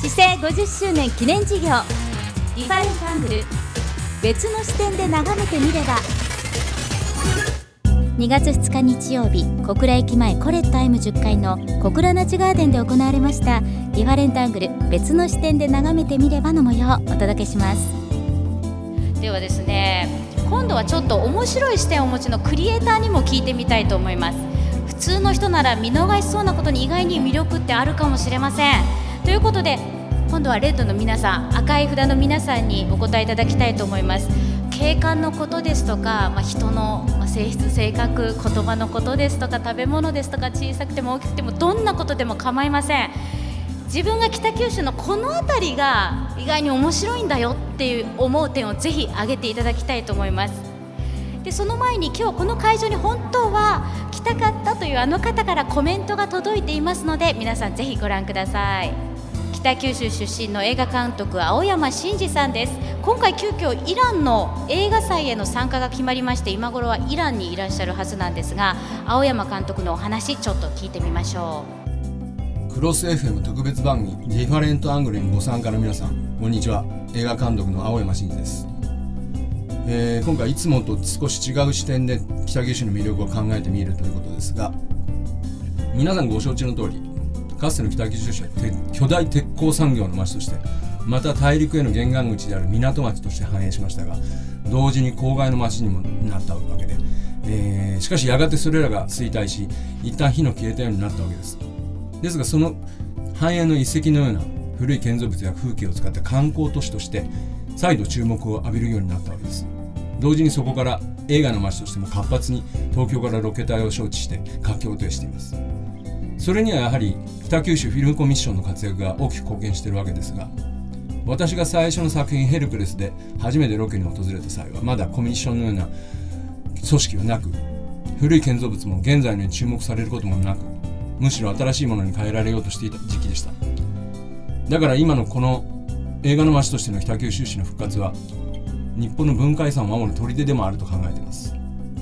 市政50周年記念事業ディファレントアングル、別の視点で眺めてみれば。2月2日日曜日、小倉駅前コレット M10 階の小倉那智ガーデンで行われましたディファレントアングル、別の視点で眺めてみればの模様をお届けします。ではですね、今度はちょっと面白い視点をお持ちのクリエイターにも聞いてみたいと思います。普通の人なら見逃しそうなことに意外に魅力ってあるかもしれません。ということで、今度はレッドの皆さん、赤い札の皆さんにお答えいただきたいと思います。景観のことですとか、人の性質、性格、言葉のことですとか、食べ物ですとか、小さくても大きくてもどんなことでも構いません。自分が北九州のこの辺りが意外に面白いんだよっていう思う点をぜひ挙げていただきたいと思います。でその前に、今日この会場に本当は来たかったというあの方からコメントが届いていますので、皆さんぜひご覧ください。北九州出身の映画監督、青山真司さんです。今回急遽イランの映画祭への参加が決まりまして、今頃はイランにいらっしゃるはずなんですが、青山監督のお話ちょっと聞いてみましょう。クロス FM 特別番組ディファレントアングルにご参加の皆さん、こんにちは。映画監督の青山真司です。今回いつもと少し違う視点で北九州の魅力を考えてみるということですが、皆さんご承知の通り、かつての北九州市は巨大鉄鋼産業の町として、また大陸への玄関口である港町として繁栄しましたが、同時に郊外の町にもなったわけで、しかしやがてそれらが衰退し、一旦火の消えたようになったわけです。ですが、その繁栄の遺跡のような古い建造物や風景を使った観光都市として再度注目を浴びるようになったわけです。同時にそこから映画の街としても活発に東京からロケ隊を招致して活気を呈しています。それにはやはり北九州フィルムコミッションの活躍が大きく貢献しているわけですが、私が最初の作品ヘルクレスで初めてロケに訪れた際は、まだコミッションのような組織はなく、古い建造物も現在のように注目されることもなく、むしろ新しいものに変えられようとしていた時期でした。だから今のこの映画の街としての北九州市の復活は、日本の文化遺産を守る砦でもあると考えています。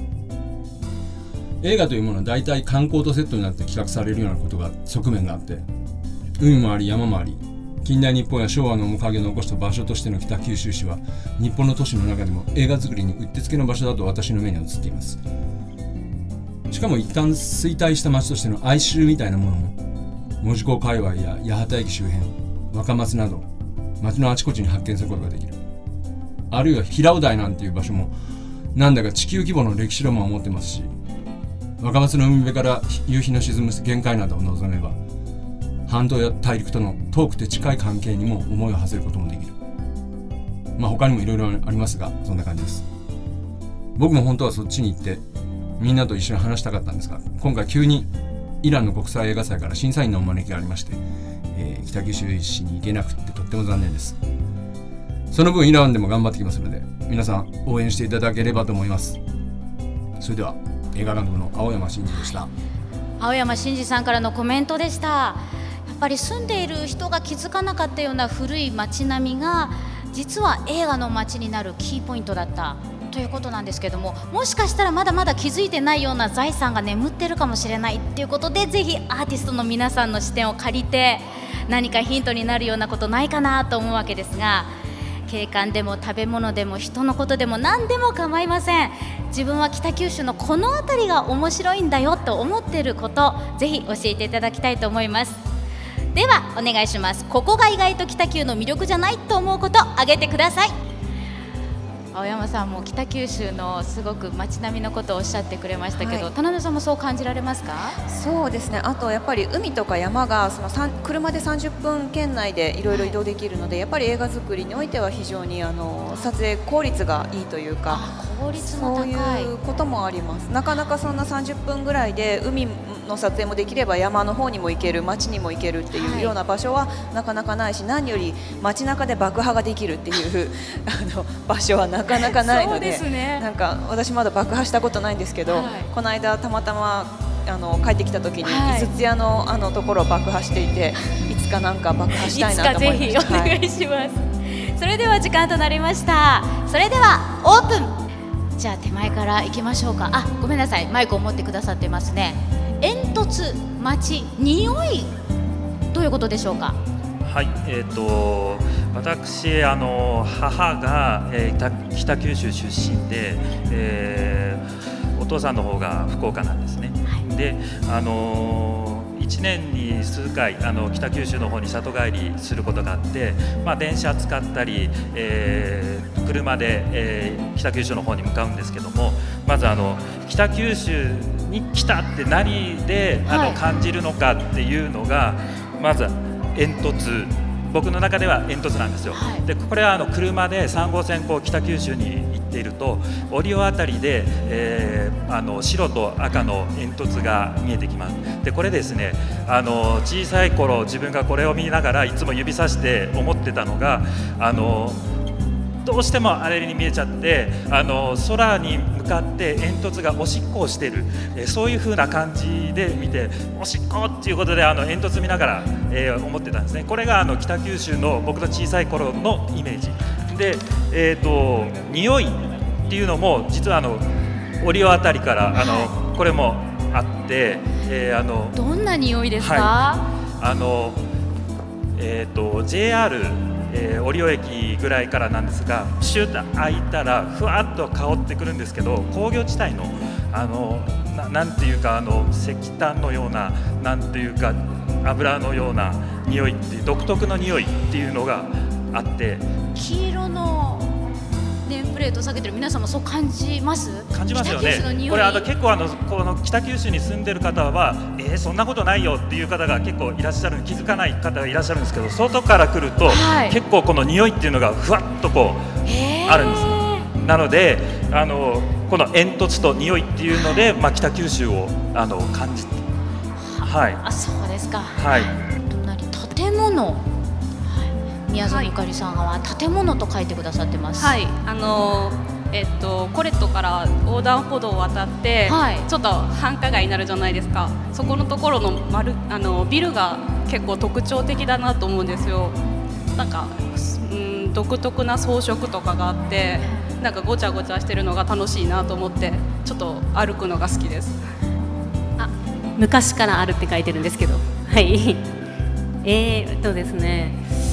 映画というものは大体観光とセットになって企画されるようなことが側面があって、海もあり山もあり、近代日本や昭和の面影を残した場所としての北九州市は、日本の都市の中でも映画作りにうってつけの場所だと私の目には映っています。しかも一旦衰退した町としての哀愁みたいなものも、門司港界隈や八幡駅周辺、若松など町のあちこちに発見することができる。あるいは平尾台なんていう場所も、なんだか地球規模の歴史ロマンを持ってますし、若松の海辺から夕日の沈む限界などを望めば、半島や大陸との遠くて近い関係にも思いを馳せることもできる。他にもいろいろありますが、そんな感じです。僕も本当はそっちに行ってみんなと一緒に話したかったんですが、今回急にイランの国際映画祭から審査員のお招きがありまして、北九州市に行けなくてとっても残念です。その分イランでも頑張ってきますので、皆さん応援していただければと思います。それでは映画監督の青山真司でした。 青山真司さんからのコメントでした。やっぱり住んでいる人が気づかなかったような古い街並みが、実は映画の街になるキーポイントだったということなんですけども、もしかしたらまだまだ気づいてないような財産が眠ってるかもしれないっていうことで、ぜひアーティストの皆さんの視点を借りて、何かヒントになるようなことないかなと思うわけですが、景観でも食べ物でも人のことでも何でも構いません。自分は北九州のこの辺りが面白いんだよと思っていること、ぜひ教えていただきたいと思います。ではお願いします。ここが意外と北九の魅力じゃないと思うこと、挙げてください。青山さんも北九州のすごく街並みのことをおっしゃってくれましたけど、田辺さんもそう感じられますか？ そうですね。あとやっぱり海とか山が車で30分圏内でいろいろ移動できるので、やっぱり映画作りにおいては非常に撮影効率がいいというか、 効率も高い、 そういうこともあります。なかなかそんな30分ぐらいで海の撮影もできれば山の方にも行ける、街にも行けるっていうような場所はなかなかないし、何より街中で爆破ができるっていう場所はなかなかないの で、なんか私まだ爆破したことないんですけど、この間たまたま帰ってきた時に井筒屋のところを爆破していて、いつかなんか爆破したいなと思いました。 いつかぜひお願いします。それでは時間となりました。それではオープン。じゃあ手前から行きましょうか。ごめんなさい、マイクを持ってくださってますね。煙突、街、匂い、どういうことでしょうか？ はい、私母が、北九州出身で、お父さんの方が福岡なんですね。で1年に数回北九州の方に里帰りすることがあって、電車使ったり、車で、北九州の方に向かうんですけども、まず北九州に来たって何で感じるのかっていうのが、まず煙突、僕の中では煙突なんですよ。でこれは車で3号線北九州に行っていると、折尾あたりで、白と赤の煙突が見えてきます。でこれですね、小さい頃自分がこれを見ながらいつも指さして思ってたのが、どうしてもあれに見えちゃって、空に向かって煙突がおしっこをしている、そういう風な感じで見て、おしっこっていうことで煙突見ながら、思ってたんですね。これが北九州の僕の小さい頃のイメージで、匂いっていうのも実は折尾あたりからこれもあって、 どんな匂いですか？ JR折尾駅ぐらいからなんですが、シュッと開いたらふわっと香ってくるんですけど、工業地帯のなんていうか石炭のような、なんていうか油のような匂いっていう、独特の匂いっていうのがあって、 黄色のネームプレートを下げてる皆さんもそう感じます？ 感じますよね。 北九州の匂い、 これ結構この北九州に住んでる方はそんなことないよっていう方が結構いらっしゃる、気づかない方がいらっしゃるんですけど、外から来ると、結構この匂いっていうのがふわっとあるんです。なのでこの煙突と匂いっていうので、北九州を感じて、 あ、そうですか。 はい。 隣建物、宮園ゆかりさんは建物と書いてくださってます。 はい、コレットから横断歩道を渡って、ちょっと繁華街になるじゃないですか。そこのところのビルが結構特徴的だなと思うんですよ。なんか独特な装飾とかがあって、なんかごちゃごちゃしてるのが楽しいなと思って、ちょっと歩くのが好きです。 昔からあるって書いてるんですけど、はいですね、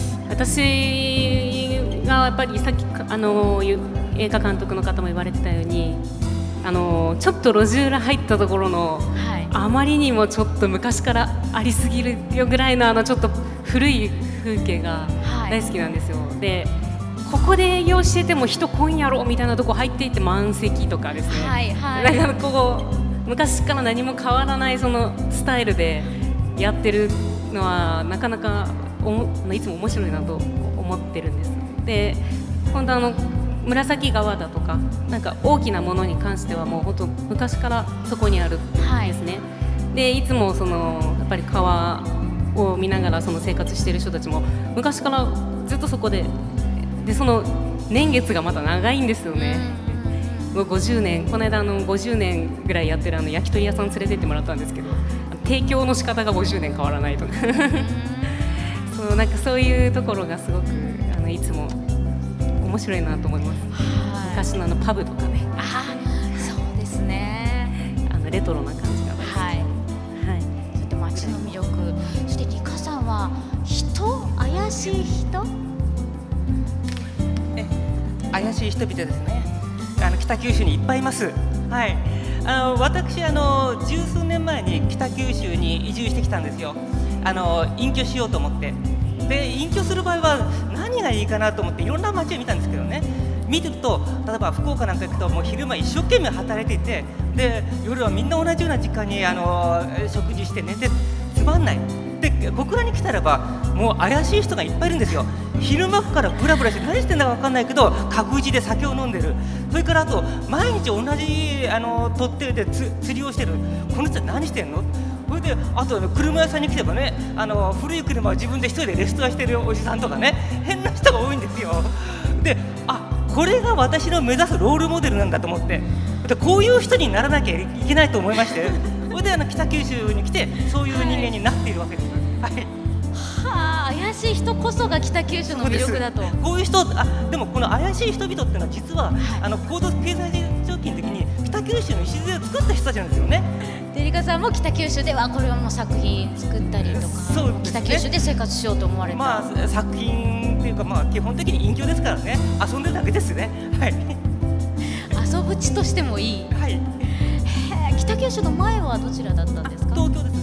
私がやっぱりさっき映画監督の方も言われてたように、ちょっと路地裏入ったところの、あまりにもちょっと昔からありすぎるよぐらいのちょっと古い風景が大好きなんですよ。でここで営業してても人来んやろみたいなとこ入っていって満席とかですね、なんかこう昔から何も変わらないそのスタイルでやってるのはなかなかいつも面白いなと思ってるんです。で今度紫川だとか、なんか大きなものに関してはもう本当昔からそこにあるんですね。でいつもやっぱり川を見ながら生活している人たちも昔からずっとそこで、その年月がまた長いんですよね。もう50年、この間50年ぐらいやってる焼き鳥屋さん連れてってもらったんですけど、提供の仕方が50年変わらないとかなんかそういうところがすごくいつも面白いなと思います。昔のパブとかね。 そうですね。 レトロな感じが大好き。 ちょっと街の魅力。そしてリカさんは怪しい人？ 怪しい人々ですね。北九州にいっぱいいます。はい。私十数年前に北九州に移住してきたんですよ。隠居しようと思って。で隠居する場合は何がいいかなと思っていろんな街を見たんですけどね、見てると例えば福岡なんか行くともう昼間一生懸命働いていて、で夜はみんな同じような時間に食事して寝てつまんない。で僕らに来たらばもう怪しい人がいっぱいいるんですよ。昼間からブラブラして何してんだか分かんないけど角打ちで酒を飲んでる。それからあと毎日同じ取っ手で釣りをしてる。この人は何してんの？それであと車屋さんに来てばね、古い車を自分で一人でレストアしてるおじさんとかね、変な人が多いんですよ。でこれが私の目指すロールモデルなんだと思って、でこういう人にならなきゃいけないと思いまして、それで北九州に来てそういう人間になっているわけです。 怪しい人こそが北九州の魅力だと。 こういう人でもこの怪しい人々っていうのは実は高度経済成長期の時に北九州の礎を作った人たちなんですよね。 デリカさんも北九州ではこれも作品作ったりとか、 そうですね、 北九州で生活しようと思われた、 作品っていうか、基本的に隠居ですからね、遊んでるだけですね。はい、 遊ぶ地としてもいい。 はい、 北九州の前はどちらだったんですか？ 東京です。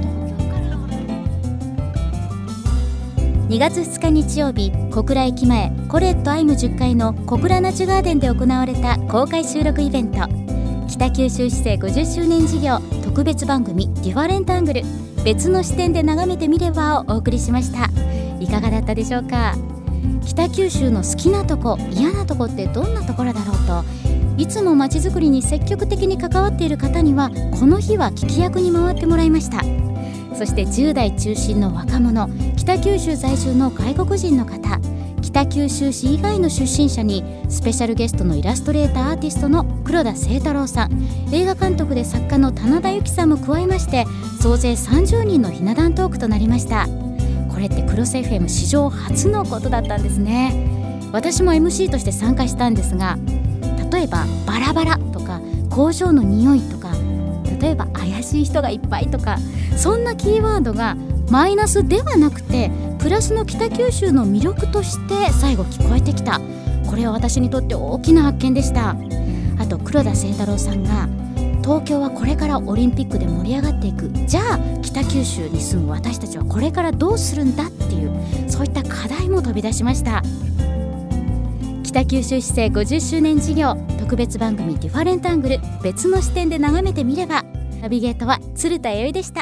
2月2日日曜日、小倉駅前コレットアイム10階の小倉那智ガーデンで行われた公開収録イベント、北九州市政50周年事業特別番組ディファレントアングル、別の視点で眺めてみればをお送りしました。いかがだったでしょうか？北九州の好きなとこ、嫌なとこってどんなところだろうと、いつもまちづくりに積極的に関わっている方にはこの日は聞き役に回ってもらいました。そして10代中心の若者、北九州在住の外国人の方、北九州市以外の出身者にスペシャルゲストのイラストレーターアーティストの黒田清太郎さん、映画監督で作家の棚田由紀さんも加えまして、総勢30人のひな壇トークとなりました。これってクロス FM 史上初のことだったんですね。私も MC として参加したんですが、例えばバラバラとか工場の匂いとか、例えば怪しい人がいっぱいとか、そんなキーワードがマイナスではなくてプラスの北九州の魅力として最後聞こえてきた。これは私にとって大きな発見でした。あと黒田清太郎さんが、東京はこれからオリンピックで盛り上がっていく、じゃあ北九州に住む私たちはこれからどうするんだっていう、そういった課題も飛び出しました。北九州市政50周年事業特別番組ディファレントアングル、別の視点で眺めてみれば、ナビゲートは鶴田弥生でした。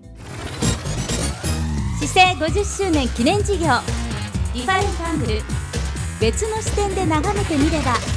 市政50周年記念事業ディファレントアングル、別の視点で眺めてみれば。